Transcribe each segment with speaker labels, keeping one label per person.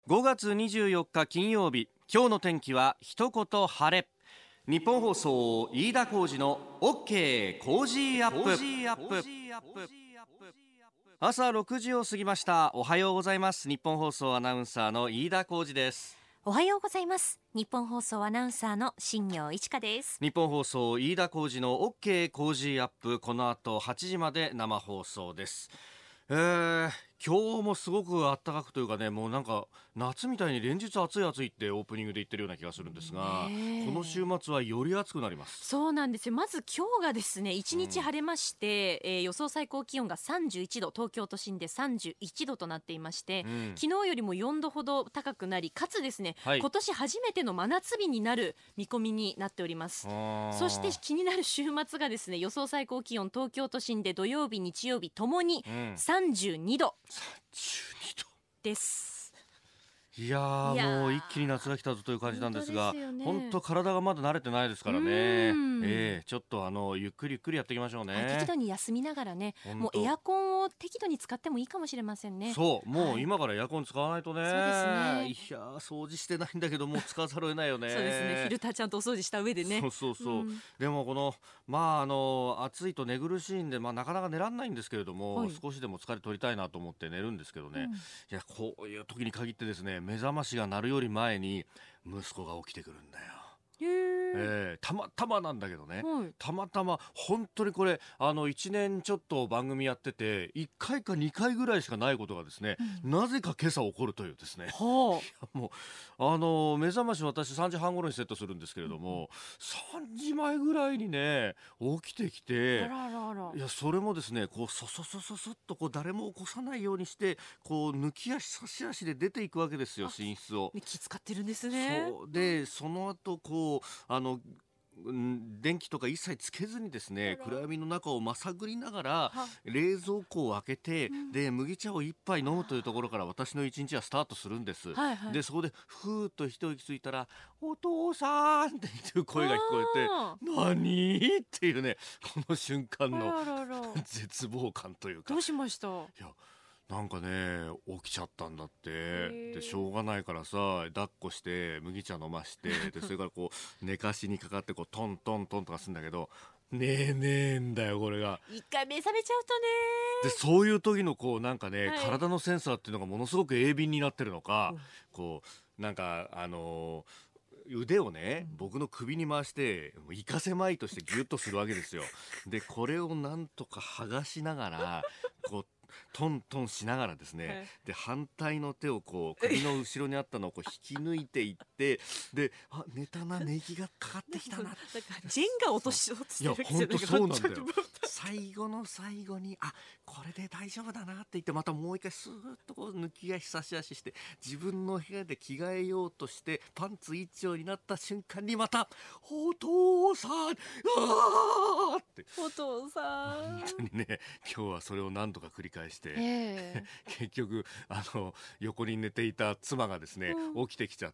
Speaker 1: 5月24日金曜日、今日の天気は一言晴れ。日本放送飯田浩司の OK コージーアップ。朝6時を過ぎました。おはようございます。日本放送アナウンサーの飯田浩司です。
Speaker 2: おはようございます。日本放送アナウンサーの新業一華です。
Speaker 1: 日本放送飯田浩司の OK コージーアップ、この後8時まで生放送です。今日もすごく暖かくというかね、もうなんか夏みたいに連日暑い暑いってオープニングで言ってるような気がするんですが、この週末はより暑くなります。
Speaker 2: そうなんですよ。まず今日がですね、1日晴れまして、予想最高気温が31度、東京都心で31度となっていまして、昨日よりも4度ほど高くなり、かつですね、今年初めての真夏日になる見込みになっております。そして気になる週末がですね、予想最高気温東京都心で土曜日日曜日ともに32度、
Speaker 1: 32度
Speaker 2: です。
Speaker 1: いやもう一気に夏が来たぞという感じなんですが、本当体がまだ慣れてないですからね。ちょっとゆっくりゆっくりやっていきましょうね。
Speaker 2: 適度に休みながらね、もうエアコンを適度に使ってもいいかもしれませんね。
Speaker 1: そう、もう今からエアコン使わないとね。
Speaker 2: そうですね。い
Speaker 1: や掃除してないんだけどもう使わざるを得ないよね。
Speaker 2: そうですね。フィルターちゃんとお掃除した上でね。
Speaker 1: そう、でもこの暑いと寝苦しいんで、なかなか寝らんないんですけれども、少しでも疲れ取りたいなと思って寝るんですけどね、いやこういう時に限ってですね、目覚ましが鳴るより前に息子が起きてくるんだよ。たまたまなんだけどね、たまたま本当にこれ1年ちょっと番組やってて1回か2回ぐらいしかないことがですね、なぜか今朝起こるというですね、いやもう目覚まし私3時半頃にセットするんですけれども、3時前ぐらいにね起きてきて、いやそれもですね、こうそっとこう誰も起こさないようにしてこう抜き足差し足で出ていくわけですよ、寝室を。
Speaker 2: 気使ってるんですね。
Speaker 1: そうで、その後こう電気とか一切つけずにですね、暗闇の中をまさぐりながら冷蔵庫を開けて、で麦茶を一杯飲むというところから私の一日はスタートするんです。でそこでふーっと一息ついたら、お父さんっていう声が聞こえて、何っていうね、この瞬間の絶望感というか。
Speaker 2: どうしました？
Speaker 1: いやなんかね起きちゃったんだって。でしょうがないからさ、抱っこして麦茶飲ましてでそれからこう寝かしにかかってこうトントントンとかするんだけど、ねえんだよこれが。
Speaker 2: 一回目覚めちゃうとね。
Speaker 1: でそういう時のこうなんかね、体のセンサーっていうのがものすごく鋭敏になってるのか、こうなんか腕をね、僕の首に回してイカせまいとしてギュッとするわけですよ。でこれをなんとか剥がしながらこうトントンしながらですね、で反対の手をこう首の後ろにあったのをこう引き抜いていってで、寝たな、寝息がかかってきたな。
Speaker 2: ジェンガ落としようとしてるわけじゃない。
Speaker 1: いや本当そうなんだよ。最後の最後にこれで大丈夫だなって言って、またもう一回スーッとこう抜き足差し足して自分の部屋で着替えようとしてパンツ一丁になった瞬間にまたお父さんって、
Speaker 2: お父さん
Speaker 1: 本当にね、今日はそれを何度か繰り返して、結局横に寝ていた妻がですね、起きてきちゃって、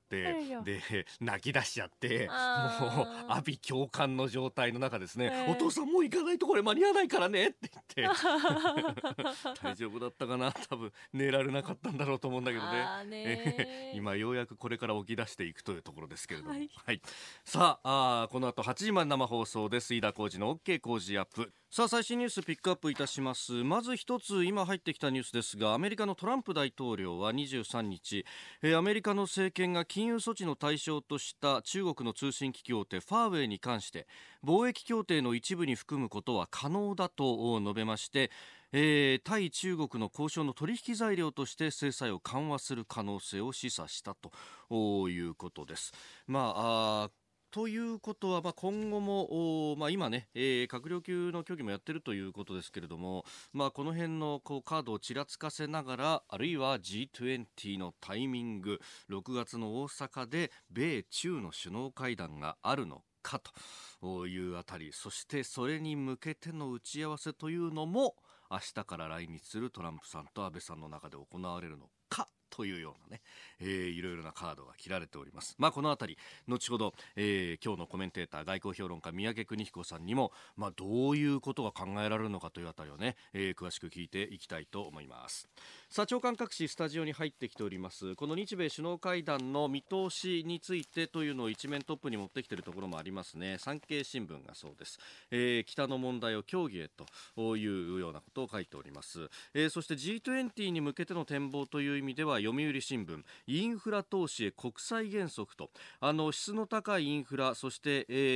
Speaker 1: で泣き出しちゃって、もう阿鼻叫喚の状態の中ですね、お父さんもう行かないとこれ間に合わないからねって言って大丈夫だったかな、多分寝られなかったんだろうと思うんだけどね。今ようやくこれから起き出していくというところですけれども、さあこの後8時まで生放送です。飯田浩司の OK 工事アップ。さあ最新ニュースピックアップいたします。まず一つ今入ってきたニュースですが、アメリカのトランプ大統領は23日、アメリカの政権が禁輸措置の対象とした中国の通信機器大手ファーウェイに関して貿易協定の一部に含むことは可能だと述べまして、対中国の交渉の取引材料として制裁を緩和する可能性を示唆したということです。ということは、今後も、今ね、閣僚級の協議もやってるということですけれども、この辺のこうカードをちらつかせながら、あるいは G20 のタイミング、6月の大阪で米中の首脳会談があるのかというあたり、そしてそれに向けての打ち合わせというのも明日から来日するトランプさんと安倍さんの中で行われるのかというようなね、 いろいろなカードが切られております。このあたり後ほど、今日のコメンテーター外交評論家三宅邦彦さんにも、どういうことが考えられるのかというあたりをね、詳しく聞いていきたいと思います。さあ、長官各紙スタジオに入ってきております。この日米首脳会談の見通しについてというのを一面トップに持ってきているところもありますね。産経新聞がそうです。北の問題を協議へというようなことを書いております。そして G20 に向けての展望という意味では、読売新聞、インフラ投資へ国際原則と、質の高いインフラ、そして、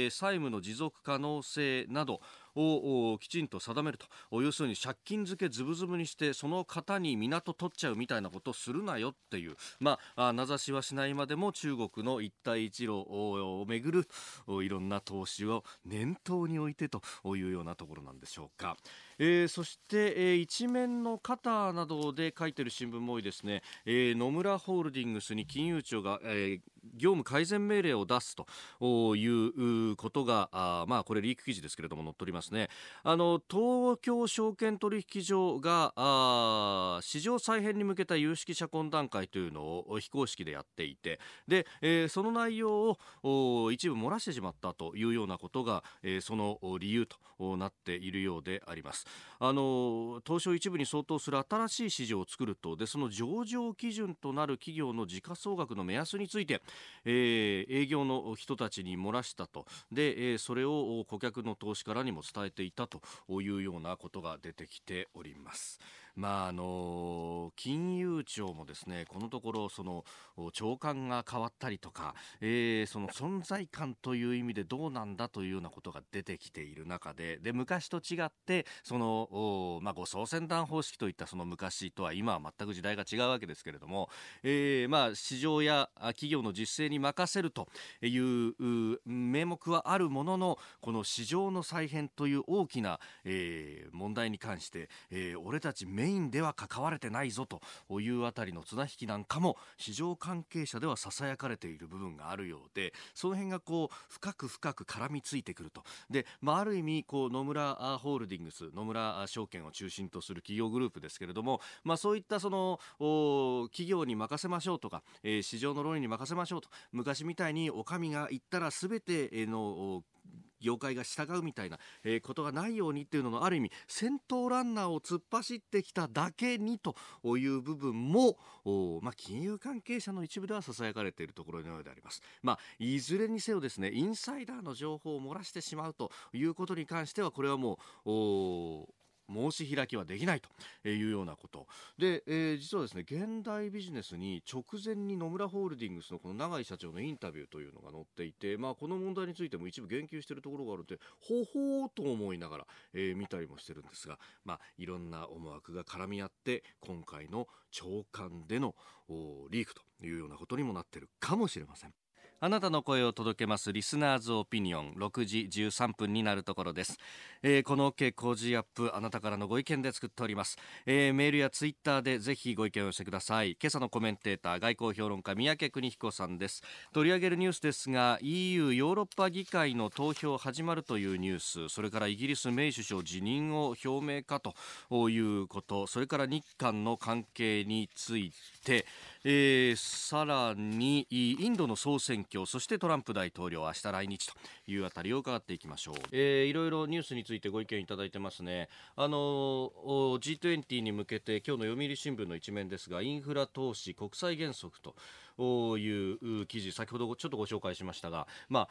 Speaker 1: 債務の持続可能性などをきちんと定めると。要するに借金付けズブズブにしてその方に港取っちゃうみたいなことをするなよっていう、名指しはしないまでも中国の一帯一路をめぐるいろんな投資を念頭に置いてというようなところなんでしょうか。そして、一面の肩などで書いている新聞も多いですね。野村ホールディングスに金融庁が、業務改善命令を出すということがこれリーク記事ですけれども載っておりますね。東京証券取引所が市場再編に向けた有識者懇談会というのを非公式でやっていて、で、その内容を一部漏らしてしまったというようなことが、その理由となっているようであります。東証一部に相当する新しい市場を作ると、でその上場基準となる企業の時価総額の目安について、営業の人たちに漏らしたと。で、それを顧客の投資家らにも伝えていたというようなことが出てきております。金融庁もですね、このところその長官が変わったりとか、その存在感という意味でどうなんだというようなことが出てきている中で、昔と違ってその護送船団方式といったその昔とは今は全く時代が違うわけですけれども、市場や企業の実勢に任せるという名目はあるものの、この市場の再編という大きな、問題に関して、俺たちメインでは関われてないぞというあたりの綱引きなんかも市場関係者ではささやかれている部分があるようで、その辺が深く絡みついてくると。で、ある意味野村ホールディングス、野村証券を中心とする企業グループですけれども、そういったその企業に任せましょうとか、市場の論理に任せましょうと、昔みたいにお上が言ったら全ての業界が従うみたいな、ことがないようにっていうのの、ある意味先頭ランナーを突っ走ってきただけにという部分も金融関係者の一部ではささやかれているところのようであります。いずれにせよですね、インサイダーの情報を漏らしてしまうということに関しては、これはもう申し開きはできないというようなことで、実はですね、現代ビジネスに直前に野村ホールディングスのこの永井社長のインタビューというのが載っていて、この問題についても一部言及しているところがあるので、ほほーと思いながら、見たりもしてるんですが、いろんな思惑が絡み合って今回の長官でのリークというようなことにもなっているかもしれません。あなたの声を届けますリスナーズオピニオン、6時13分になるところです。この OK 工事アップ、あなたからのご意見で作っております。メールやツイッターでぜひご意見をしてください。今朝のコメンテーター、外交評論家三宅邦彦さんです。取り上げるニュースですが、 EU ヨーロッパ議会の投票始まるというニュース、それからイギリスメイ首相辞任を表明かということ、それから日韓の関係について、さらにインドの総選挙、そしてトランプ大統領明日来日というあたりを伺っていきましょう。いろいろニュースについてご意見いただいてますね。G20 に向けて今日の読売新聞の一面ですが、インフラ投資国際原則という記事、先ほどちょっとご紹介しましたが、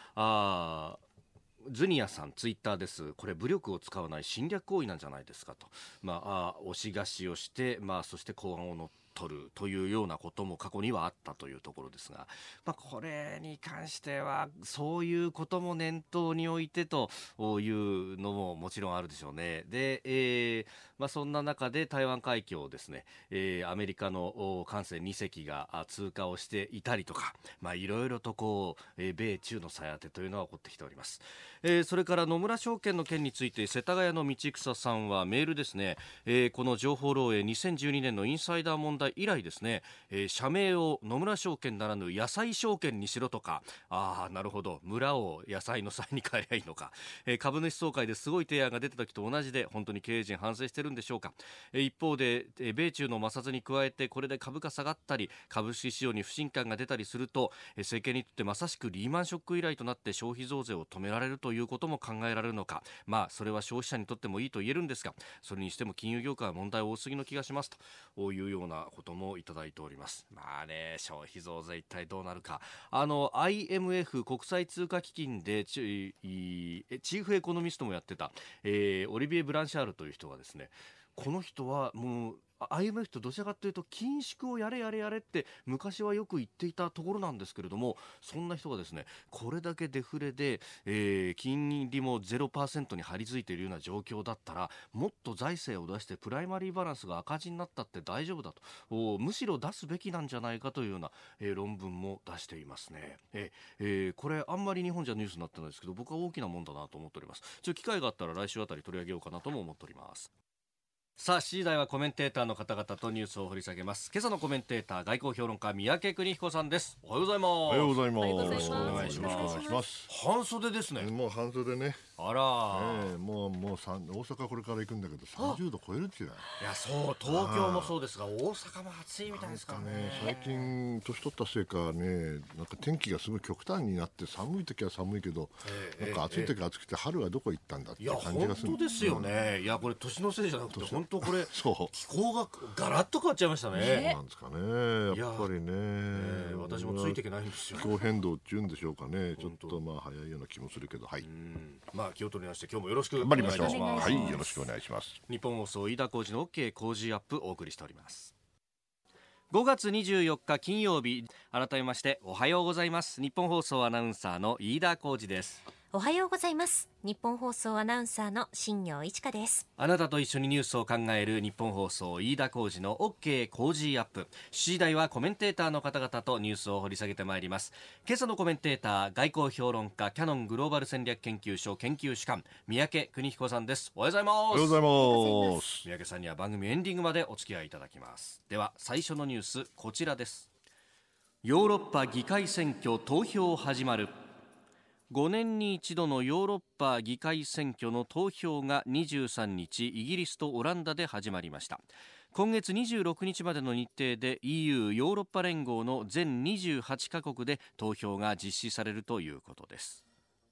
Speaker 1: ズニアさんツイッターです。これ武力を使わない侵略行為なんじゃないですかと、押し貸しをして、そして公安を乗っ取るというようなことも過去にはあったというところですが、これに関してはそういうことも念頭に置いてというのももちろんあるでしょうね。で、そんな中で台湾海峡をですね、アメリカの艦船2隻が通過をしていたりとか、いろいろと米中のさや当てというのは起こってきております。それから野村証券の件について世田谷の道草さんはメールですね、この情報漏洩2012年のインサイダー問題題以来ですね、社名を野村証券ならぬ野菜証券にしろとか、なるほど、村を野菜の際に変えりゃいいのか、株主総会ですごい提案が出た時と同じで、本当に経営陣反省してるんでしょうか。一方で、米中の摩擦に加えてこれで株価下がったり株式市場に不信感が出たりすると、政権にとってまさしくリーマンショック以来となって消費増税を止められるということも考えられるのか、それは消費者にとってもいいと言えるんですが、それにしても金融業界は問題多すぎの気がしますというようなこともいただいております。消費増税一体どうなるか。IMF 国際通貨基金でチーフエコノミストもやってた、オリビエ・ブランシャールという人がですね、この人はもうIMF とどちらかというと緊縮をやれって昔はよく言っていたところなんですけれども、そんな人がですね、これだけデフレで、金利も 0% に張り付いているような状況だったら、もっと財政を出してプライマリーバランスが赤字になったって大丈夫だと、むしろ出すべきなんじゃないかというような、論文も出していますね。これあんまり日本じゃニュースになってないですけど、僕は大きなもんだなと思っております。機会があったら来週あたり取り上げようかなとも思っております。さあ、7時台はコメンテーターの方々とニュースを掘り下げます。今朝のコメンテーター、外交評論家三宅邦彦さんです。おはようございます。
Speaker 3: おはようございます。
Speaker 2: よろしくお願いし
Speaker 3: ます。
Speaker 1: 半袖ですね。
Speaker 3: もう半袖ね。
Speaker 1: あら、
Speaker 3: もう大阪これから行くんだけど30度超えるっていう。
Speaker 1: いや、そう、東京もそうですが大阪も暑いみたいですからね。
Speaker 3: 最近年取ったせいかね、なんか天気がすごい極端になって、寒い時は寒いけど、なんか暑い時は暑くて、春はどこ行ったんだって感じがする。
Speaker 1: いや、本当ですよね。いや、これ年のせいじゃなくて本当これ
Speaker 3: そう
Speaker 1: 気候がガラッと変わっちゃいましたね。
Speaker 3: そうなんですかね、やっぱりね、
Speaker 1: 私もついていけないんですよ。
Speaker 3: 気候変動っていうんでしょうかね、ちょっと早いような気もするけど、はい。
Speaker 1: 気を取り直して今日もよろしくお
Speaker 3: 頑張
Speaker 1: 願いします。
Speaker 3: はい、よろしくお願いします。
Speaker 1: 日本放送飯田浩司の OK 工事アップお送りしております。5月24日金曜日、改めましておはようございます。日本放送アナウンサーの飯田浩司です。
Speaker 2: おはようございます。日本放送アナウンサーの新業一華です。
Speaker 1: あなたと一緒にニュースを考える日本放送飯田浩司の OK 工事アップ。7時台はコメンテーターの方々とニュースを掘り下げてまいります。今朝のコメンテーター、外交評論家、キヤノングローバル戦略研究所研究主幹、三宅邦彦さんです。おはようございます。
Speaker 3: おはようございます。
Speaker 1: 三宅さんには番組エンディングまでお付き合いいただきます。では最初のニュース、こちらです。ヨーロッパ議会選挙投票始まる。5年に一度のヨーロッパ議会選挙の投票が23日、イギリスとオランダで始まりました。今月26日までの日程で EU ヨーロッパ連合の全28カ国で投票が実施されるということです。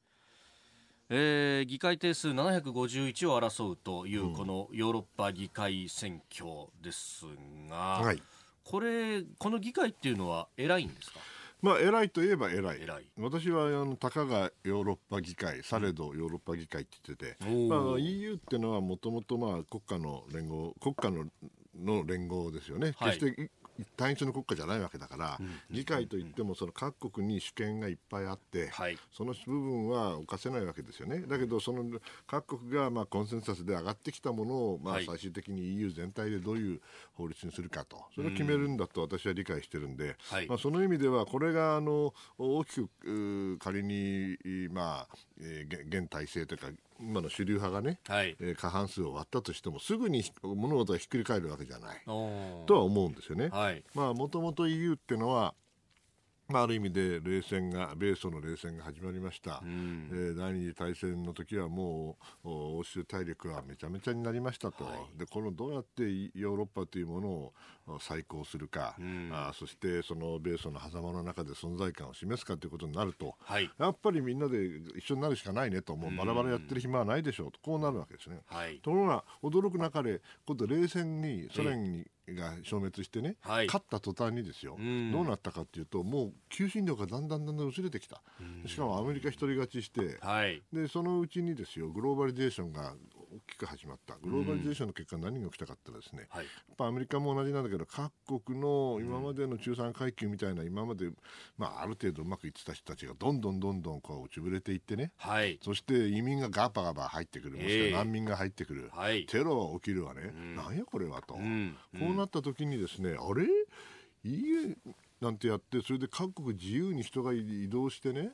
Speaker 1: 議会定数751を争うというこのヨーロッパ議会選挙ですが、この議会っていうのは偉いんですか？
Speaker 3: 偉いといえば偉い。私はたかがヨーロッパ議会、されどヨーロッパ議会って言ってて、EU っていうのはもともと国家の連合ですよね。決して単一の国家じゃないわけだから、議会といってもその各国に主権がいっぱいあって、その部分は犯せないわけですよね。だけどその各国がコンセンサスで上がってきたものを最終的に EU 全体でどういう法律にするかと、それを決めるんだと私は理解してるんで、その意味ではこれが大きく仮に現体制というか今の主流派がね、過半数を割ったとしてもすぐに物事がひっくり返るわけじゃないとは思うんですよね。もともと EU っていうのはある意味で米ソの冷戦が始まりました。第二次大戦の時はもう欧州大陸はめちゃめちゃになりましたと、でこのどうやってヨーロッパというものを再興するか、そしてその米ソの狭間の中で存在感を示すかということになると、やっぱりみんなで一緒になるしかないねと、もうバラバラやってる暇はないでしょうと、こうなるわけですね。ところが驚く中で今度冷戦にソ連が消滅してね、勝った途端にですよ、どうなったかというと、もう求心力がだんだん薄れてきた。しかもアメリカ一人勝ちして、でそのうちにですよ、グローバリゼーションが大きく始まった。グローバリゼーションの結果何が起きたかってですね、やっぱアメリカも同じなんだけど、各国の今までの中産階級みたいな、今まである程度うまくいってた人たちがどんどんこう落ちぶれていってね、そして移民がガバガバ入ってくる、もしくは難民が入ってくる、テロが起きるわね、なんやこれはと、こうなった時にですね、あれいいなんてやって、それで各国自由に人が移動してね、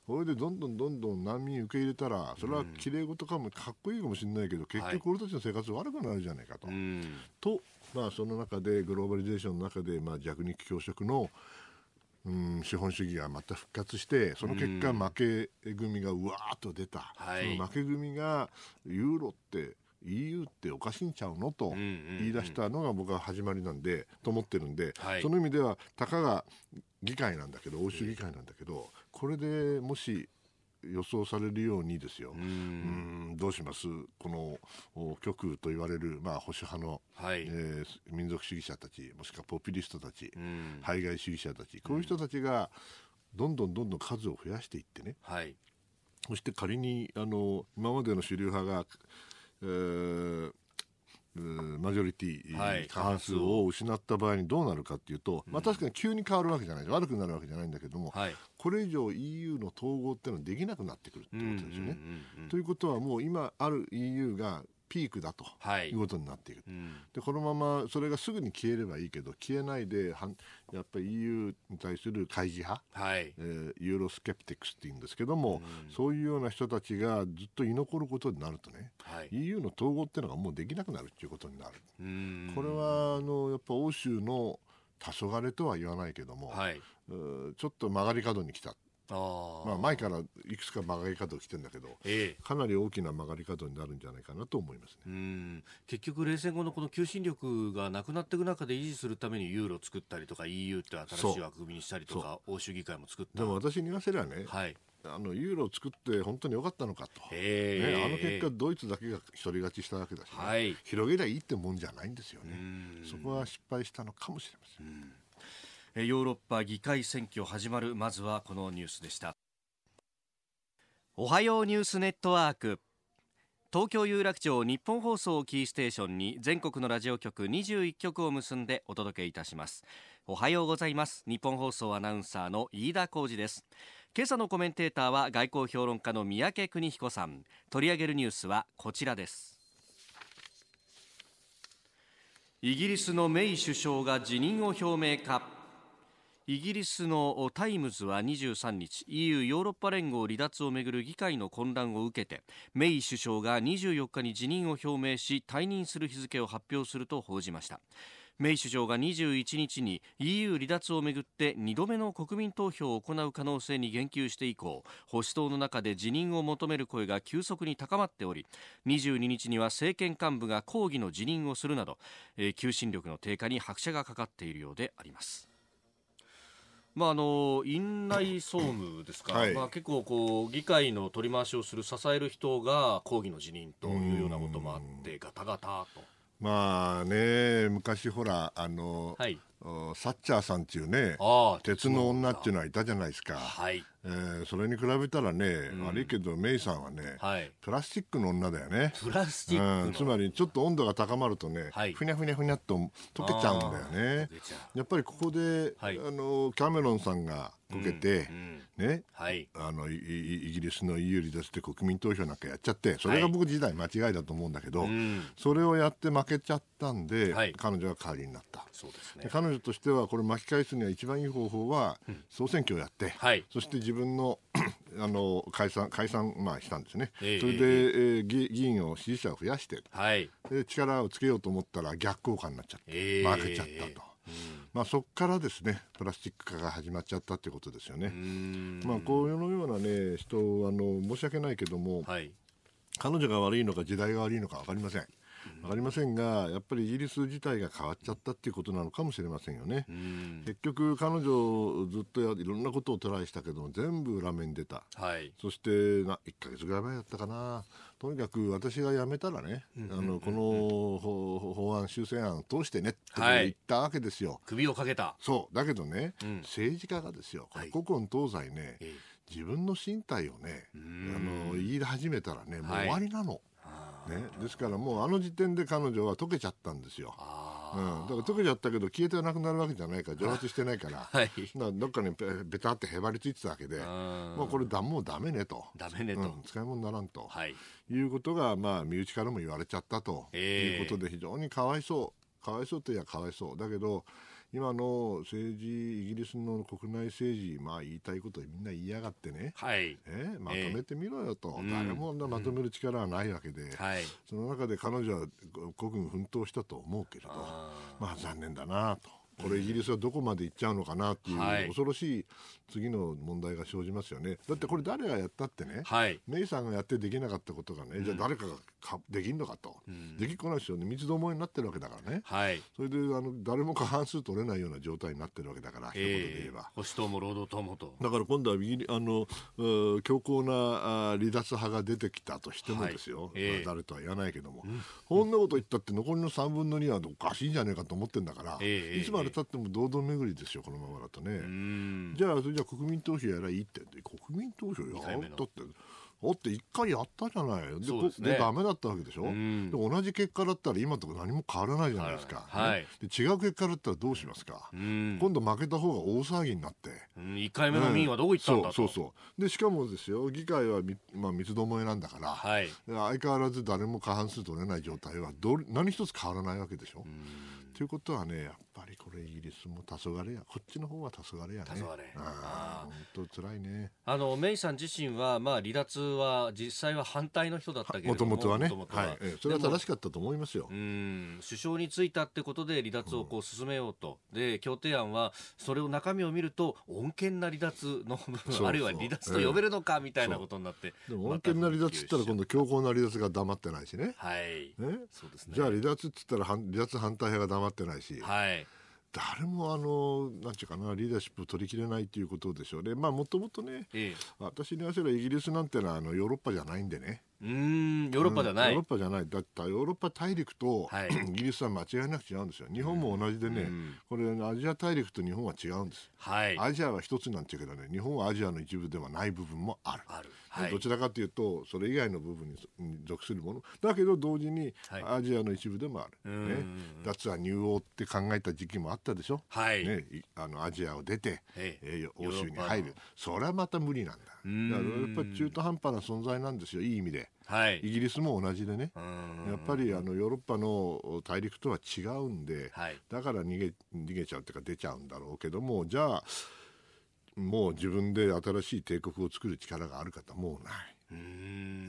Speaker 3: それでどんどん難民受け入れたら、それは綺麗事かもかっこいいかもしれないけど、結局俺たちの生活悪くなるじゃないかと。と、その中でグローバリゼーションの中で、弱肉強食の資本主義がまた復活して、その結果負け組がうわーっと出た、その負け組がユーロって EU っておかしいんちゃうのと言い出したのが僕は始まりなんでと思ってるんで、その意味ではたかが議会なんだけど、欧州議会なんだけど、これでもし予想されるようにですよ、どうします、この極右と言われる、保守派の、民族主義者たち、もしくはポピュリストたち、排外主義者たち、こういう人たちがどんどん数を増やしていってね、そして仮に今までの主流派が、マジョリティ、過半数を失った場合にどうなるかというと、確かに急に変わるわけじゃない、悪くなるわけじゃないんだけども、これ以上 EU の統合っていうのはできなくなってくるってことですよね。ということはもう今ある EU がピークだということになっている、でこのままそれがすぐに消えればいいけど、消えないでやっぱり EU に対する懐疑派、ユーロスケプティクスっていうんですけども、そういうような人たちがずっと居残ることになるとね、EU の統合っていうのがもうできなくなるっていうことになる。これはやっぱ欧州の黄昏とは言わないけども、ちょっと曲がり角に来た。前からいくつか曲がり角来てるんだけど、かなり大きな曲がり角になるんじゃないかなと思いますね。
Speaker 1: 結局冷戦後のこの求心力がなくなっていく中で維持するためにユーロを作ったりとか EU って新しい枠組みにしたりとか、欧州議会も作った。
Speaker 3: でも私に言わせればね、ユーロを作って本当に良かったのかと、あの結果ドイツだけが一人勝ちしたわけだし、広げりゃいいってもんじゃないんですよね。そこは失敗したのかもしれません。
Speaker 1: ヨーロッパ議会選挙始まる、まずはこのニュースでした。おはようニュースネットワーク、東京有楽町日本放送をキーステーションに全国のラジオ局21局を結んでお届けいたします。おはようございます。日本放送アナウンサーの飯田浩司です。今朝のコメンテーターは外交評論家の三宅邦彦さん。取り上げるニュースはこちらです。イギリスのメイ首相が辞任を表明か。イギリスのタイムズは23日、 EU ヨーロッパ連合離脱をめぐる議会の混乱を受けて、メイ首相が24日に辞任を表明し、退任する日付を発表すると報じました。メイ首相が21日に EU 離脱をめぐって2度目の国民投票を行う可能性に言及して以降、保守党の中で辞任を求める声が急速に高まっており、22日には政権幹部が抗議の辞任をするなど、求心力の低下に拍車がかかっているようであります。院内総務ですか、結構議会の取り回しをする支える人が抗議の辞任というようなこともあって、ガタガタと。
Speaker 3: 昔ほらサッチャーさんっていうね、鉄の女っていうのはいたじゃないですか。それに比べたらね、悪いけどメイさんはね、プラスチックの女だよね。
Speaker 1: プラスチックの、
Speaker 3: つまりちょっと温度が高まるとね、ふにゃふにゃふにゃっと溶けちゃうんだよね。やっぱりここで、キャメロンさんがこけて、イギリスの EU 離脱で国民投票なんかやっちゃって、それが僕自体間違いだと思うんだけど、それをやって負けちゃったんで、彼女が代わりになった。彼女としてはこれ巻き返すには一番いい方法は総選挙をやって、そして自分の解散したんですね。それで、議員を支持者を増やして、で力をつけようと思ったら逆効果になっちゃって、負けちゃったと。そこからですね、プラスチック化が始まっちゃったということですよね。こういうような、ね、人申し訳ないけども、彼女が悪いのか時代が悪いのか分かりません。が、やっぱりイギリス自体が変わっちゃったっていうことなのかもしれませんよね。結局彼女ずっといろんなことをトライしたけども全部裏目に出た。そして1ヶ月ぐらい前だったかな、とにかく私が辞めたらね、この法案修正案を通してねって言ったわけですよ。
Speaker 1: 首をかけた。
Speaker 3: そうだけどね、政治家がですよ、古今東西ね、自分の身体をね言い始めたらね、もう終わりなの。ですからもうあの時点で彼女は溶けちゃったんですよ。だから溶けちゃったけど消えてなくなるわけじゃないから、蒸発してないから、どっかにベタってへばりついてたわけで、これもうダメねと、使い物にならんと、いうことが身内からも言われちゃったということで、非常にかわいそうといえばかわいそうだけど、 今の政治、イギリスの国内政治、言いたいことみんな言いやがってね、まとめてみろよと、誰もまとめる力はないわけで、その中で彼女は孤軍奮闘したと思うけれど、残念だなと。これイギリスはどこまで行っちゃうのかなっていう恐ろしい次の問題が生じますよね。だってこれ誰がやったってね、メイさんがやってできなかったことがね、じゃあ誰かができんのかと、できっこない人に三つどもえになってるわけだからね、それで誰も過半数取れないような状態になってるわけだから、一言で言えば
Speaker 1: 保守党も労働党もと。
Speaker 3: だから今度は強硬な離脱派が出てきたとしてもですよ、誰とは言わないけども、こんなこと言ったって残りの3分の2はおかしいんじゃねえかと思ってんだから、いつまでたっても堂々巡りですよ、このままだとね。じゃあ国民投票やらいいって、国民投票やったってだって1回やったじゃない。でダメだったわけでしょ。で同じ結果だったら今と何も変わらないじゃないですか、で違う結果だったらどうしますか。今度負けた方が大騒ぎになって、
Speaker 1: 1回目の民はどこ行ったんだと。
Speaker 3: そうでしかもですよ、議会は三つどもえなんだから、相変わらず誰も過半数取れない状態は何一つ変わらないわけでしょ。ということはね、やっぱりこれイギリスも黄昏や、こっちの方は黄昏やね。本当辛いね。
Speaker 1: メイさん自身は、離脱は実際は反対の人だったけれども、
Speaker 3: もともとはね、それは正しかったと思いますよ。
Speaker 1: 首相に就いたってことで離脱を進めようと、で協定案はそれを中身を見ると穏健な離脱の部分、あるいは離脱と呼べるのかみたいなことになって、
Speaker 3: でも穏健な離脱って言ったら今度強硬な離脱が黙ってないしね。
Speaker 1: そうですね。
Speaker 3: じゃあ離脱って言ったら離脱反対派が黙ってないし、誰もなんていうかな、リーダーシップを取りきれないということでしょうね。もともとね、私に言わせればイギリスなんてのはヨーロッパじゃないんでね。
Speaker 1: ヨーロッパじゃない、
Speaker 3: ヨーロッパじゃない。だってヨーロッパ大陸とイギリスは間違いなく違うんですよ。日本も同じでね、これアジア大陸と日本は違うんです、アジアは一つなんていうけどね、日本はアジアの一部ではない部分もある。どちらかというとそれ以外の部分に属するものだけど、同時にアジアの一部でもある、脱亜入欧って考えた時期もあったでしょ、アジアを出て、欧州に入る。それはまた無理なんだ。だからやっぱり中途半端な存在なんですよ、いい意味で。イギリスも同じでね、やっぱりヨーロッパの大陸とは違うんで、だから逃げちゃうっていうか出ちゃうんだろうけども、じゃあもう自分で新しい帝国を作る力がある方もうない。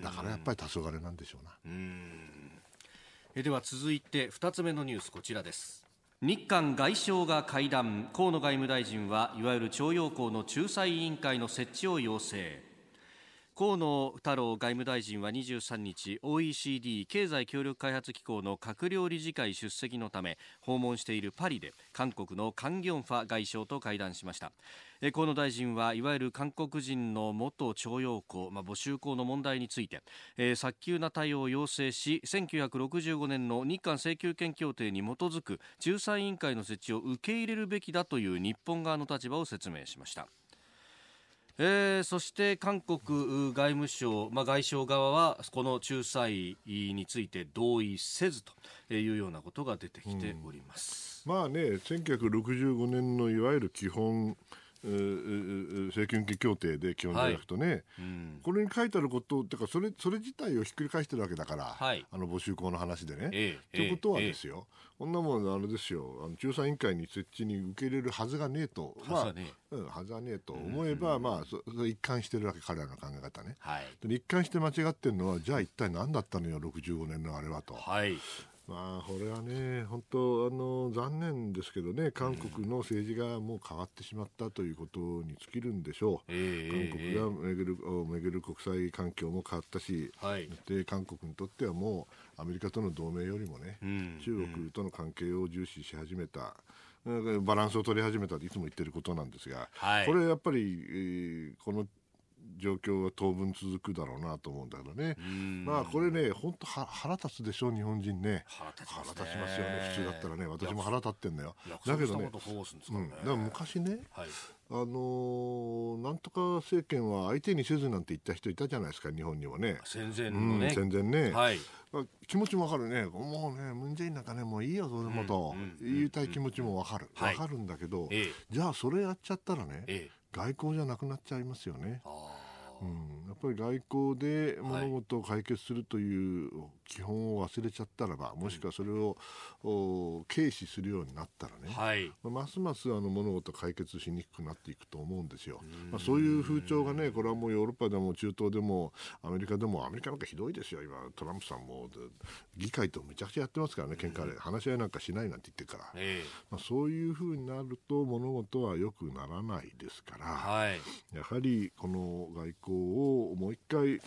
Speaker 3: だからやっぱり黄昏なんでしょうな。
Speaker 1: では続いて2つ目のニュース、こちらです。日韓外相が会談、河野外務大臣はいわゆる徴用工の仲裁委員会の設置を要請。河野太郎外務大臣は23日 OECD 経済協力開発機構の閣僚理事会出席のため訪問しているパリで韓国のカン・ギョンファ外相と会談しました。河野大臣はいわゆる韓国人の元徴用工、募集工の問題について、早急な対応を要請し、1965年の日韓請求権協定に基づく仲裁委員会の設置を受け入れるべきだという日本側の立場を説明しました。そして韓国外務省、外相側はこの仲裁について同意せずというようなことが出てきております。
Speaker 3: 1965年のいわゆる基本請求権協定で基本条約とね、これに書いてあることってか、それ自体をひっくり返してるわけだから、募集工の話でね。ということはですよ、こんなもんあれですよ、仲裁委員会に設置に受け入れるはずがねえと、はずはねえと思えば、それ一貫してるわけ、彼らの考え方ね。で一貫して間違ってるのは、じゃあ一体何だったのよ65年のあれはと。これはね、本当残念ですけどね、韓国の政治がもう変わってしまったということに尽きるんでしょう。韓国が巡る国際環境も変わったし、で韓国にとってはもうアメリカとの同盟よりもね、中国との関係を重視し始めた、バランスを取り始めたといつも言ってることなんですが、これやっぱり、この状況は当分続くだろうなと思うんだけどね。これね、本当腹立つでしょ、日本人ね。腹立ちますよね、普通だったらね。私も腹立ってんだよ。だけどね、だから昔ね、なんとか政権は相手にせずなんて言った人いたじゃないですか、日本にはね。
Speaker 1: 戦前のね。
Speaker 3: 戦前ね。気持ちもわかるね。もうね、ムンジェインなんかね、もういいよ、どうでもと言いたい気持ちもわかる。わかるんだけど、じゃあそれやっちゃったらね、外交じゃなくなっちゃいますよね。 やっぱり外交で物事を解決するという基本を忘れちゃったらば、もしくはそれを軽視するようになったらね、
Speaker 1: はい、
Speaker 3: ますます物事解決しにくくなっていくと思うんですよ。そういう風潮がね、これはもうヨーロッパでも中東でもアメリカでも、アメリカなんかひどいですよ。今トランプさんも議会とむちゃくちゃやってますからね、喧嘩で話し合いなんかしないなんて言ってるから、そういう風になると物事は良くならないですから、
Speaker 1: はい、
Speaker 3: やはりこの外交をもう一回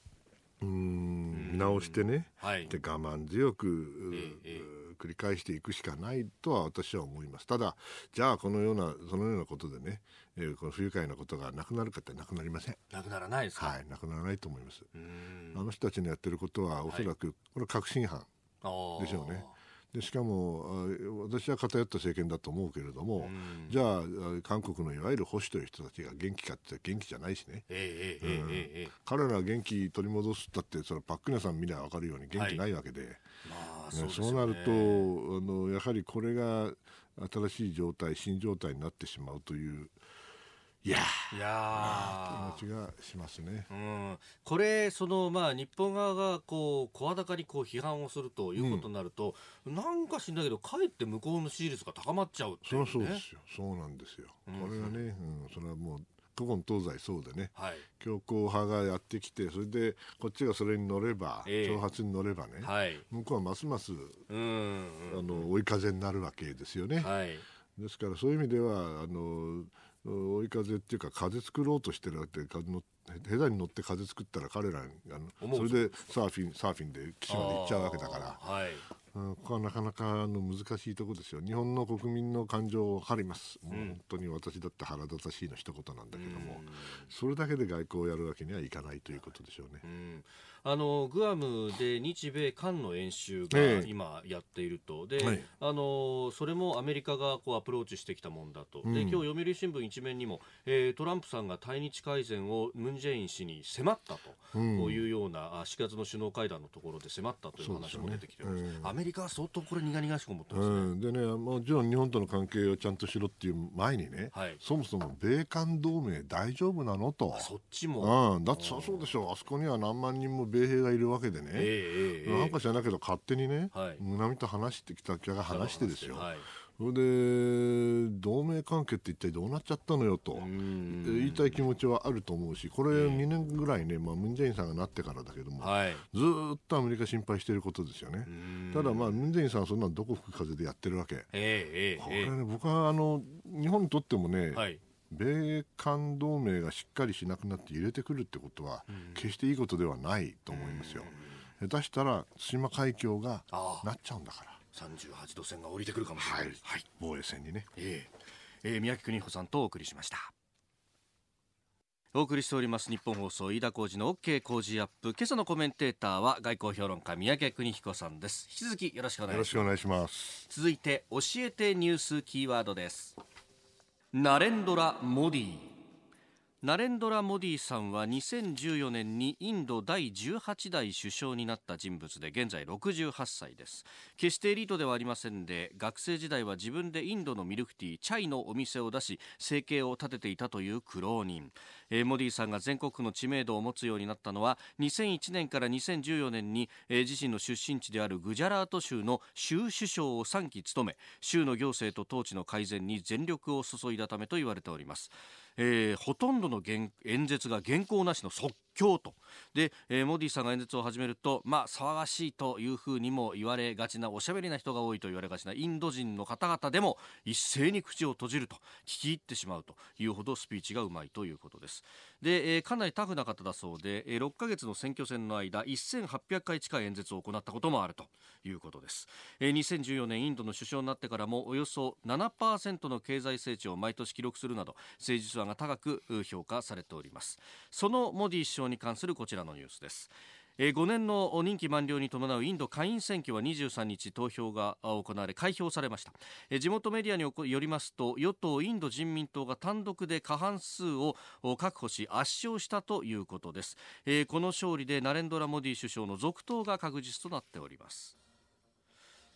Speaker 3: 見直してね、で我慢強く、繰り返していくしかないとは私は思います。ただじゃあそのようなことでね、この不愉快なことがなくなるかってなくなりません。
Speaker 1: なくならないですか。
Speaker 3: はい、なくならないと思います。あの人たちのやってることはおそらくこれは確信犯でしょうね。でしかも私は偏った政権だと思うけれども、じゃあ韓国のいわゆる保守という人たちが元気かって元気じゃないしね、彼ら元気取り戻すったって、それパク・クネさん見れば分かるように元気ないわけで、そうなるとやはりこれが新しい状態、新状態になってしまうという気持ちがしますね。
Speaker 1: これ日本側が声高に批判をするということになると、なんか知んだけどかえって向こうの支持率が高まっちゃうっていうね。
Speaker 3: そうですよ、そうなんですよ。これがね、それはもう古今東西そうでね、強硬派がやってきて、それでこっちがそれに乗れば、挑発に乗ればね、向こうはますます追い風になるわけですよね。ですからそういう意味では追い風っていうか風作ろうとしてるわけで、ヘダに乗って風作ったら彼らそれでサーフィンで岸まで行っちゃうわけだから、ここはなかなか難しいところですよ。日本の国民の感情を分かります。もう本当に私だって腹立たしいの一言なんだけども、それだけで外交をやるわけにはいかないということでしょうね。
Speaker 1: グアムで日米韓の演習が今やっていると、で、それもアメリカがアプローチしてきたもんだと、で今日読売新聞一面にも、トランプさんが対日改善をムン・ジェイン氏に迫ったというような、4月の首脳会談のところで迫ったという話も出てきています。アメリカは相当これ苦々しく思ってますね。
Speaker 3: でね、もちろん日本との関係をちゃんとしろっていう前にね、そもそも米韓同盟大丈夫なのと。
Speaker 1: そっちも、
Speaker 3: だってそうでしょう。あそこには何万人も米兵がいるわけでね、なんか知らないけど勝手にね、南と話してきた気が話してですよ。それで同盟関係って一体どうなっちゃったのよと言いたい気持ちはあると思うし、これ2年ぐらいね、ムン・ジェインさんがなってからだけども、ずっとアメリカ心配していることですよね。ただムン・ジェインさんはそんなのどこ吹く風でやってるわけ。これね、僕は日本にとってもね、米韓同盟がしっかりしなくなって入れてくるってことは決していいことではないと思いますよ。下手したら対馬海峡がなっちゃうんだから、
Speaker 1: 38度線が降りてくるかもしれない。
Speaker 3: 防衛戦にね。
Speaker 1: 宮城邦彦さんとお送りしました。お送りしております日本放送飯田浩司の OK 工事アップ。今朝のコメンテーターは外交評論家宮城邦彦さんです。引き続きよろしくお願いします。
Speaker 3: よろしくお願いします。
Speaker 1: 続いて教えてニュースキーワードです。ナレンドラ・モディ。ナレンドラ・モディさんは2014年にインド第18代首相になった人物で、現在68歳です。決してエリートではありませんで、学生時代は自分でインドのミルクティーチャイのお店を出し生計を立てていたという苦労人。モディさんが全国区の知名度を持つようになったのは2001年から2014年に、自身の出身地であるグジャラート州の州首相を3期務め、州の行政と統治の改善に全力を注いだためと言われております。ほとんどの演説が原稿なしの即興とで、モディさんが演説を始めると、騒がしいというふうにも言われがちな、おしゃべりな人が多いと言われがちなインド人の方々でも一斉に口を閉じると、聞き入ってしまうというほどスピーチがうまいということです。で、かなりタフな方だそうで、6ヶ月の選挙戦の間1800回近い演説を行ったこともあるということです。2014年インドの首相になってからもおよそ 7% の経済成長を毎年記録するなど政治が高く評価されております。そのモディ首相に関するこちらのニュースです。5年の任期満了に伴うインド下院選挙は23日投票が行われ開票されました。地元メディアによりますと、与党インド人民党が単独で過半数を確保し圧勝したということです。この勝利でナレンドラ・モディ首相の続投が確実となっております。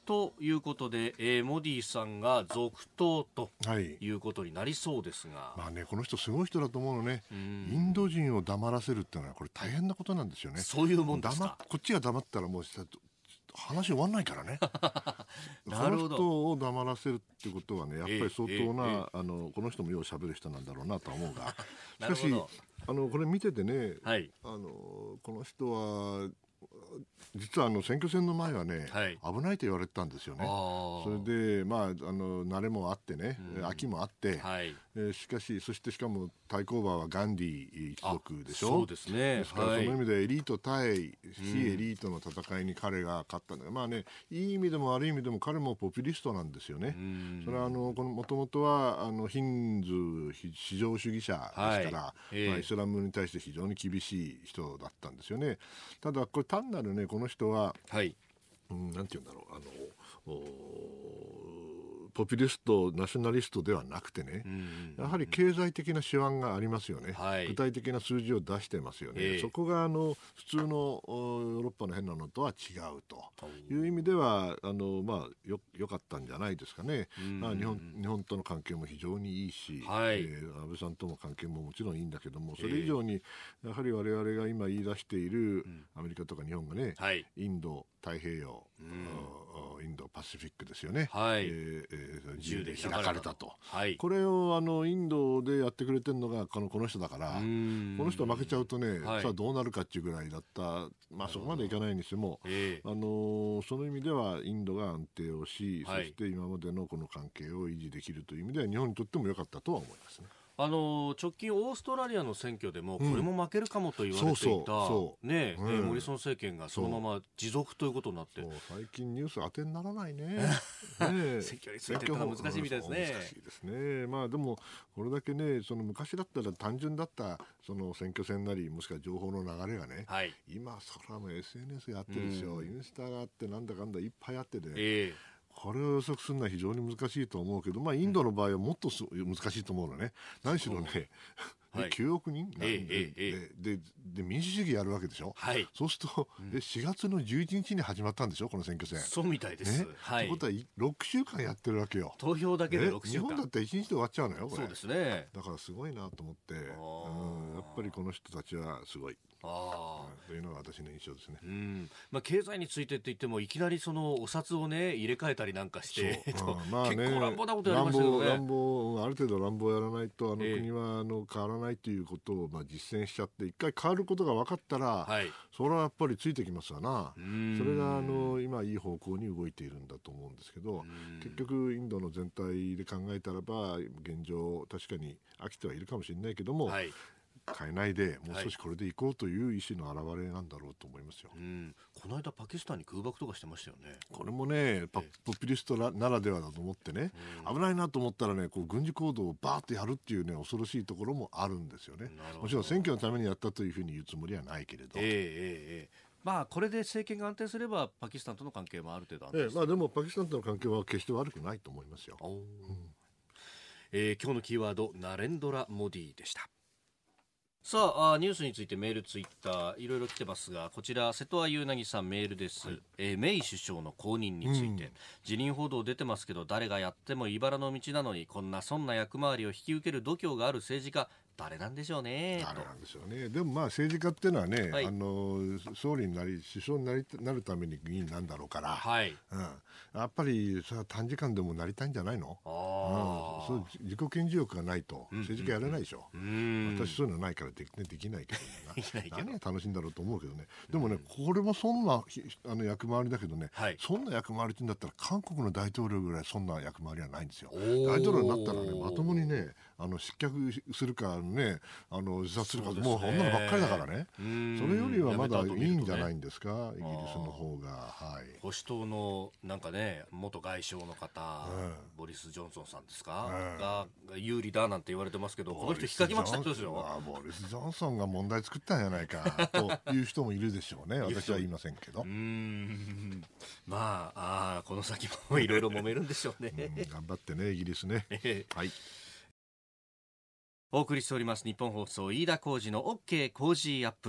Speaker 1: ということで、モディさんが続投ということになりそうですが、
Speaker 3: まあね、この人すごい人だと思うのね。インド人を黙らせるってのはこれ大変なことなんですよね。
Speaker 1: そういうもんですか。
Speaker 3: こっちが黙ったらもう話終わんないからね。
Speaker 1: なるほど。
Speaker 3: この人を黙らせるってことはね、やっぱり相当な、この人もよう喋る人なんだろうなと思うが、しかしこれ見ててね、
Speaker 1: はい、
Speaker 3: この人は実は選挙戦の前はね、はい、危ないと言われてたんですよね。それで、まあ、慣れもあってね、飽きもあって、はい、しかも対抗馬はガンディ一族でしょ。
Speaker 1: そうですね。
Speaker 3: ですから、その意味でエリート対非エリートの戦いに彼が勝ったんだけど、まあね、いい意味でも悪い意味でも彼もポピュリストなんですよね。それはもともとはヒンズー至上主義者ですから、まあ、イスラムに対して非常に厳しい人だったんですよね。ただこれ単なるね、この人は、はい、なんていうんだろう、ポピュリストナショナリストではなくてね、やはり経済的な手腕がありますよね、はい、具体的な数字を出してますよね、そこが普通のヨーロッパの変なのとは違うという意味ではまあ、よかったんじゃないですかね、まあ、日本との関係も非常にいいし、はい、安倍さんとの関係ももちろんいいんだけども、それ以上にやはり我々が今言い出しているアメリカとか日本がね、はい、インド太平洋、インドパシフィックですよね、はい、自由で開かれたと、はい、これをインドでやってくれてるのがこの人だから、この人負けちゃうとね、はい、さあどうなるかっていうぐらいだった、まあ、そこまでいかないにしても、その意味ではインドが安定をし、そして今までのこの関係を維持できるという意味では日本にとっても良かったとは思いますね。
Speaker 1: 直近オーストラリアの選挙でもこれも負けるかもと言われていたモリソン政権がそのまま持続ということになって、
Speaker 3: 最近ニュース当てにならないね
Speaker 1: 選挙については難しいみたいですね。
Speaker 3: 難しいですね。まあでもこれだけね、その昔だったら単純だったその選挙戦なりもしくは情報の流れがね、はい、今それはもう SNS があってるんですよ、インスタがあってなんだかんだいっぱいあってで、これを予測するのは非常に難しいと思うけど、まあ、インドの場合はもっと難しいと思うのね。何しろね、はい、9億人で民主主義やるわけでしょ、はい、そうすると、4月の11日に始まったんでしょ、この選挙戦。
Speaker 1: そうみたいです、
Speaker 3: はい、ということは6週間やってるわけよ。
Speaker 1: 投票だけで6週間、
Speaker 3: 日本だったら1日で終わっちゃうのよこれ。
Speaker 1: そうですね。
Speaker 3: だからすごいなと思って、やっぱりこの人たちはすごいというのが私の印象ですね。
Speaker 1: まあ、経済についてって言ってもいきなりそのお札をね入れ替えたりなんかしてまあね、結構乱暴なことやりましたけどね。
Speaker 3: ある程度乱暴やらないと国は変わらないということを実践しちゃって、一回変わることが分かったら、はい、それはやっぱりついてきますわな。それが今いい方向に動いているんだと思うんですけど、結局インドの全体で考えたらば現状確かに飽きてはいるかもしれないけども、はい、変えないでもう少しこれでいこうという意思の表れなんだろうと思いますよ。
Speaker 1: この間パキスタンに空爆とかしてましたよね。
Speaker 3: これもねポピュリストならではだと思ってね、危ないなと思ったらね、こう軍事行動をバーッとやるっていうね恐ろしいところもあるんですよね。もちろん選挙のためにやったというふうに言うつもりはないけれど、
Speaker 1: まあ、これで政権が安定すればパキスタンとの関係もある程度安定する、
Speaker 3: まあ、でもパキスタンとの関係は決して悪くないと思いますよ。
Speaker 1: 今日のキーワードナレンドラ・モディでした。さあ、ニュースについてメールツイッターいろいろ来てますが、こちら瀬戸谷優奈さんメールです、はい、メイ首相の後任について、辞任報道出てますけど誰がやっても茨の道なのにこんなそんな役回りを引き受ける度胸がある政治家誰なんでしょうね。
Speaker 3: 誰なんでしょうね。でもまあ政治家っていうのはね、はい、総理になり首相になるために議員なんだろうから、はい、やっぱりそれは短時間でもなりたいんじゃないの。そう自己顕示欲がないと政治家やれないでしょ。私そういうのないからできないけど何が楽しいんだろうと思うけどね。でもね、これもそんな役回りだけどね、はい、そんな役回りってんだったら韓国の大統領ぐらいそんな役回りはないんですよ。大統領になったらね、まともにね失脚するかね自殺するか、もうこんなのばっかりだからね。それよりはまだいいんじゃないんですか、イギリスの方が。はい、
Speaker 1: 保守党のなんかね元外相の方、ボリス・ジョンソンさんですか、が有利だなんて言われてますけど、この人引っかきました人ですよ。
Speaker 3: ボリス・ジョンソンが問題作ったんじゃないかという人もいるでしょうね。私は言いませんけど
Speaker 1: まあこの先もいろいろ揉めるんでしょうね
Speaker 3: 頑張ってねイギリスねはい、
Speaker 1: お送りしております日本放送飯田浩司の OK 工事アップ。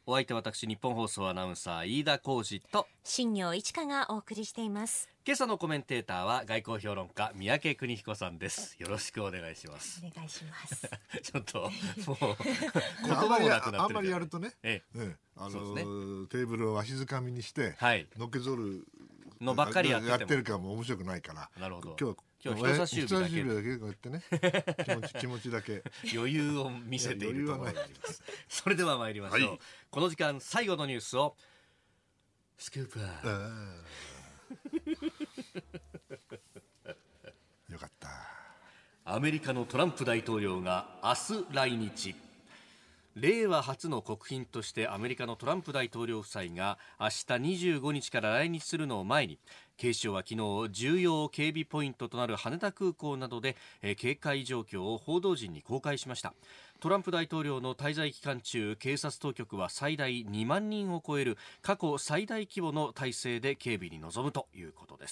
Speaker 1: お相手は私、日本放送アナウンサー飯田浩司と
Speaker 2: 新業一華がお送りしています。
Speaker 1: 今朝のコメンテーターは外交評論家三宅邦彦さんです。よろしくお願いします。
Speaker 2: お願いします。
Speaker 1: ちょっともう言葉もなくなってる。
Speaker 3: あんまりやるとね、
Speaker 1: テ
Speaker 3: ーブルをわしづかみにして、のけぞる
Speaker 1: のばっかりやって
Speaker 3: るからもう面白くないから。
Speaker 1: なるほど。
Speaker 3: 今日人差し指だけこうやってね気持ちだけ
Speaker 1: 余裕を見せているところがあります。それでは参りましょう、はい、この時間最後のニュースをスクープア
Speaker 3: よかった。
Speaker 1: アメリカのトランプ大統領が明日来日。令和初の国賓としてアメリカのトランプ大統領夫妻が明日25日から来日するのを前に、警視庁は昨日重要警備ポイントとなる羽田空港などで警戒状況を報道陣に公開しました。トランプ大統領の滞在期間中、警察当局は最大2万人を超える過去最大規模の態勢で警備に臨むということです。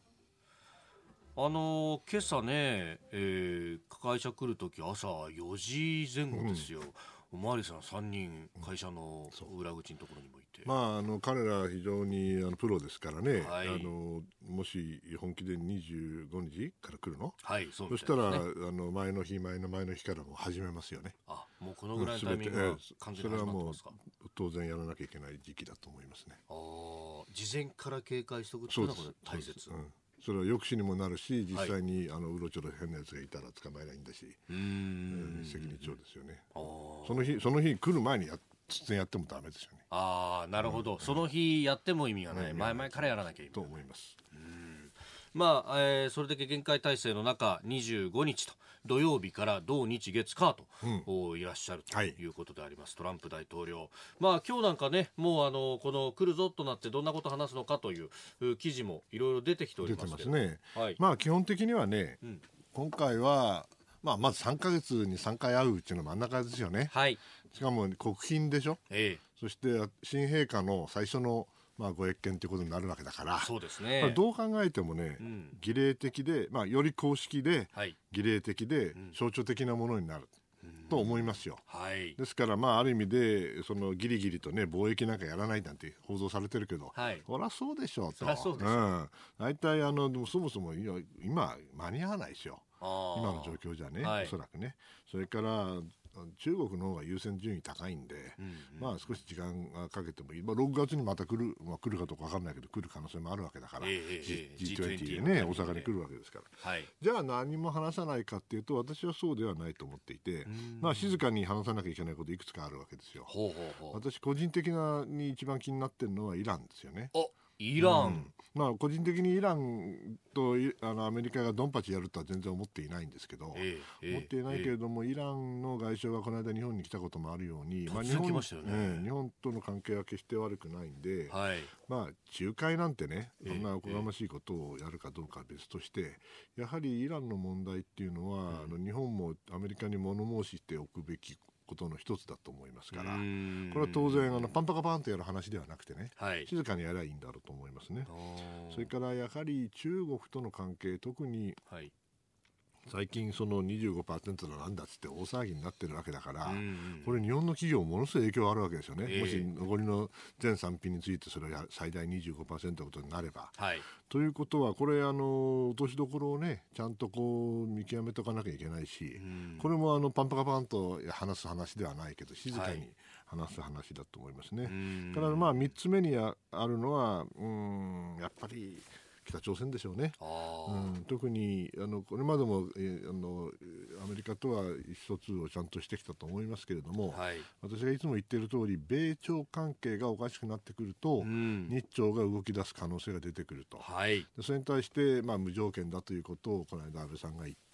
Speaker 1: 今朝ね、会社来るとき朝4時前後ですよ、おまわりさん3人会社の裏口のところにもいて、
Speaker 3: 彼ら非常にプロですからね、
Speaker 1: はい、
Speaker 3: もし本気で25日から来るの、
Speaker 1: はい、そ
Speaker 3: したら前の日からもう始めますよね。
Speaker 1: もうこのぐらいのタイミングが完全に始まってますか。
Speaker 3: それはもう当然やらなきゃいけない時期だと思いますね。
Speaker 1: 事前から警戒しておくというのが大切。
Speaker 3: それは抑止にもなるし、実際にうろちょろ変なやつがいたら捕まえないんだし、責任重ですよね。その日来る前に突然やってもダメですよね。
Speaker 1: なるほど、その日やっても意味がない、前々からやらなきゃいけない
Speaker 3: と思います。
Speaker 1: それだけ厳戒態勢の中、25日と土曜日から土日月火と、いらっしゃるということであります、トランプ大統領。今日なんかね、もうこの来るぞとなってどんなことを話すのかという記事もいろいろ出てきておりますけど。
Speaker 3: 出てますね。基本的にはね、今回はまず3ヶ月に3回会ううちの真ん中ですよね。しかも国賓でしょ、そして新陛下の最初のご謁見ということになるわけだから、
Speaker 1: そうですね、
Speaker 3: どう考えてもね、儀礼的で、より公式で、儀礼的で、象徴的なものになると思いますよ。ですから、ある意味でそのギリギリとね、貿易なんかやらないなんて報道されてるけど、そりゃそうでしょうと。大体でもそもそも今間に合わないですよ、今の状況じゃね、おそらくね。それから中国の方が優先順位高いんで、少し時間かけてもいい。6月にまた来るかどうか分かんないけど来る可能性もあるわけだから、G20 でね、大阪に来るわけですから、じゃあ何も話さないかっていうと、私はそうではないと思っていて、静かに話さなきゃいけないこといくつかあるわけですよ。私個人的に一番気になってるのはイランですよね。
Speaker 1: イラン、
Speaker 3: 個人的にイランとアメリカがドンパチやるとは全然思っていないんですけど、思っていないけれども、イランの外相がこの間日本に来たこともあるように、日本との関係は決して悪くないんで、仲介なんてね、そんなおこがましいことをやるかどうかは別として、やはりイランの問題っていうのは、日本もアメリカに物申しておくべきことの一つだと思いますから、これは当然パンパカパンとやる話ではなくてね、静かにやればいいんだろうと思いますね。それからやはり中国との関係、特に最近その 25% のなんだっつって大騒ぎになってるわけだから、これ日本の企業ものすごい影響あるわけですよね。もし残りの全産品についてそれが最大 25% のことになれば、ということはこれ落としどころをね、ちゃんとこう見極めとかなきゃいけないし、これもパンパカパンと話す話ではないけど、静かに話す話だと思いますね。から3つ目にあるのはやっぱり北朝鮮でしょうね。特にこれまでもアメリカとは意思疎通をちゃんとしてきたと思いますけれども、私がいつも言っている通り、米朝関係がおかしくなってくると、日朝が動き出す可能性が出てくると、それに対して、無条件だということをこの間安倍さんが言って、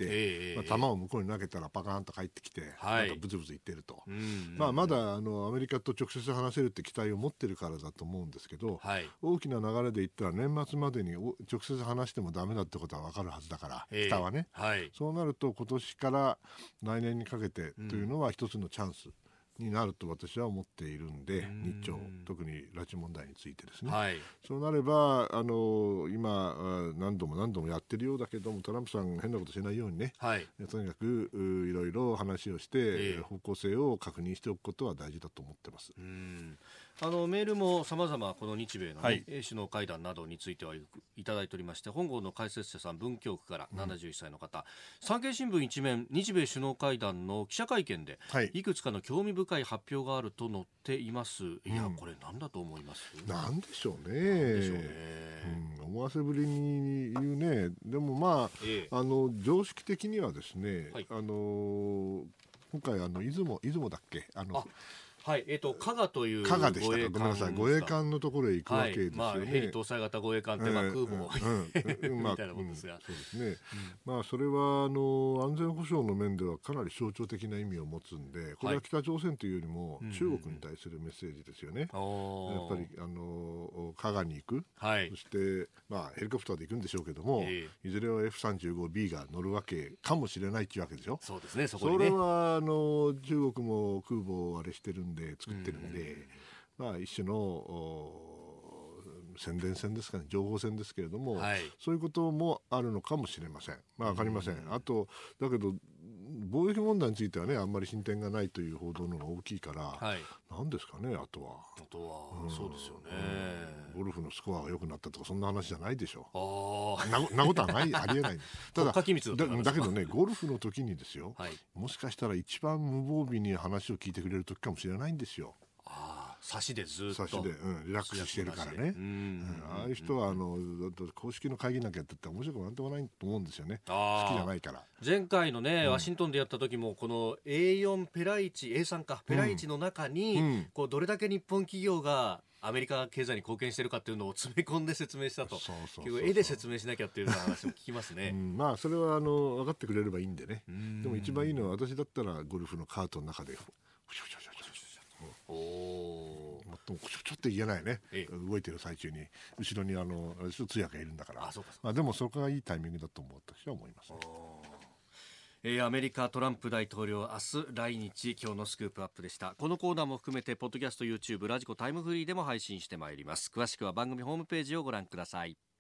Speaker 3: 球を向こうに投げたらパカーンと帰ってきて、またブツブツ言ってると、まだアメリカと直接話せるって期待を持ってるからだと思うんですけど、大きな流れで言ったら年末までに直接話してもダメだってことは分かるはずだから、北はね、そうなると今年から来年にかけてというのは一つのチャンスになると私は思っているんで、日朝特に拉致問題についてですね、そうなれば今何度もやってるようだけども、トランプさん変なことしないようにね、とにかくいろいろ話をして、方向性を確認しておくことは大事だと思ってます。
Speaker 1: メールも様々この日米の、首脳会談などについてはいただいておりまして、本郷の解説者さん、文京区から71歳の方、産経新聞一面、日米首脳会談の記者会見で、いくつかの興味深い発表があると載っています。いや、これ何だと思います？
Speaker 3: なんでしょうね。思わせぶりに言うね。でもまあ、常識的にはですね、今回出雲だっけ、
Speaker 1: 加賀という
Speaker 3: 加賀でしたか、ごめんなさい、護衛艦のところへ行くわけですよね。
Speaker 1: ヘリ搭載型護衛艦って空母みたいなものですが、
Speaker 3: そうですね。それは安全保障の面ではかなり象徴的な意味を持つんで、これは北朝鮮というよりも中国に対するメッセージですよね。やっぱり加賀に行く、そしてヘリコプターで行くんでしょうけども、いずれは F35B が乗るわけかもしれないっていうわけでしょ。
Speaker 1: そうですね。そ
Speaker 3: れは中国も空母をあれしてるんで、作ってるんで、一種の宣伝戦ですかね、情報戦ですけれども、そういうこともあるのかもしれません。わかりません。あとだけど貿易問題についてはね、あんまり進展がないという報道の方が大きいから、なんですかね、あとは
Speaker 1: そうですよね。
Speaker 3: ゴルフのスコアが良くなったとかそんな話じゃないでしょ。なことはない、ありえない。ただだけどね、ゴルフの時にですよ、もしかしたら一番無防備に話を聞いてくれる時かもしれないんですよ。
Speaker 1: 差しでずっと
Speaker 3: リラックスしてるからね。ああいう人は公式の会議なんかやってて面白くなんともないと思うんですよね。好きじゃないから。
Speaker 1: 前回のね、ワシントンでやった時もこの A4 ペラA3 かペラ1の中に、どれだけ日本企業がアメリカ経済に貢献してるかっていうのを詰め込んで説明したと。絵で説明しなきゃっていう話も聞きますね。
Speaker 3: それは分かってくれればいいんでね。でも一番いいのは、私だったらゴルフのカートの中でちょっと言えないね、動いてる最中に後ろに通訳がいるんだから。でもそこがいいタイミングだと私は思います、
Speaker 1: アメリカトランプ大統領明日来日。今日のスクープアップでした。このコーナーも含めてポッドキャスト、YouTube、ラジコ、タイムフリーでも配信してまいります。詳しくは番組ホームページをご覧ください。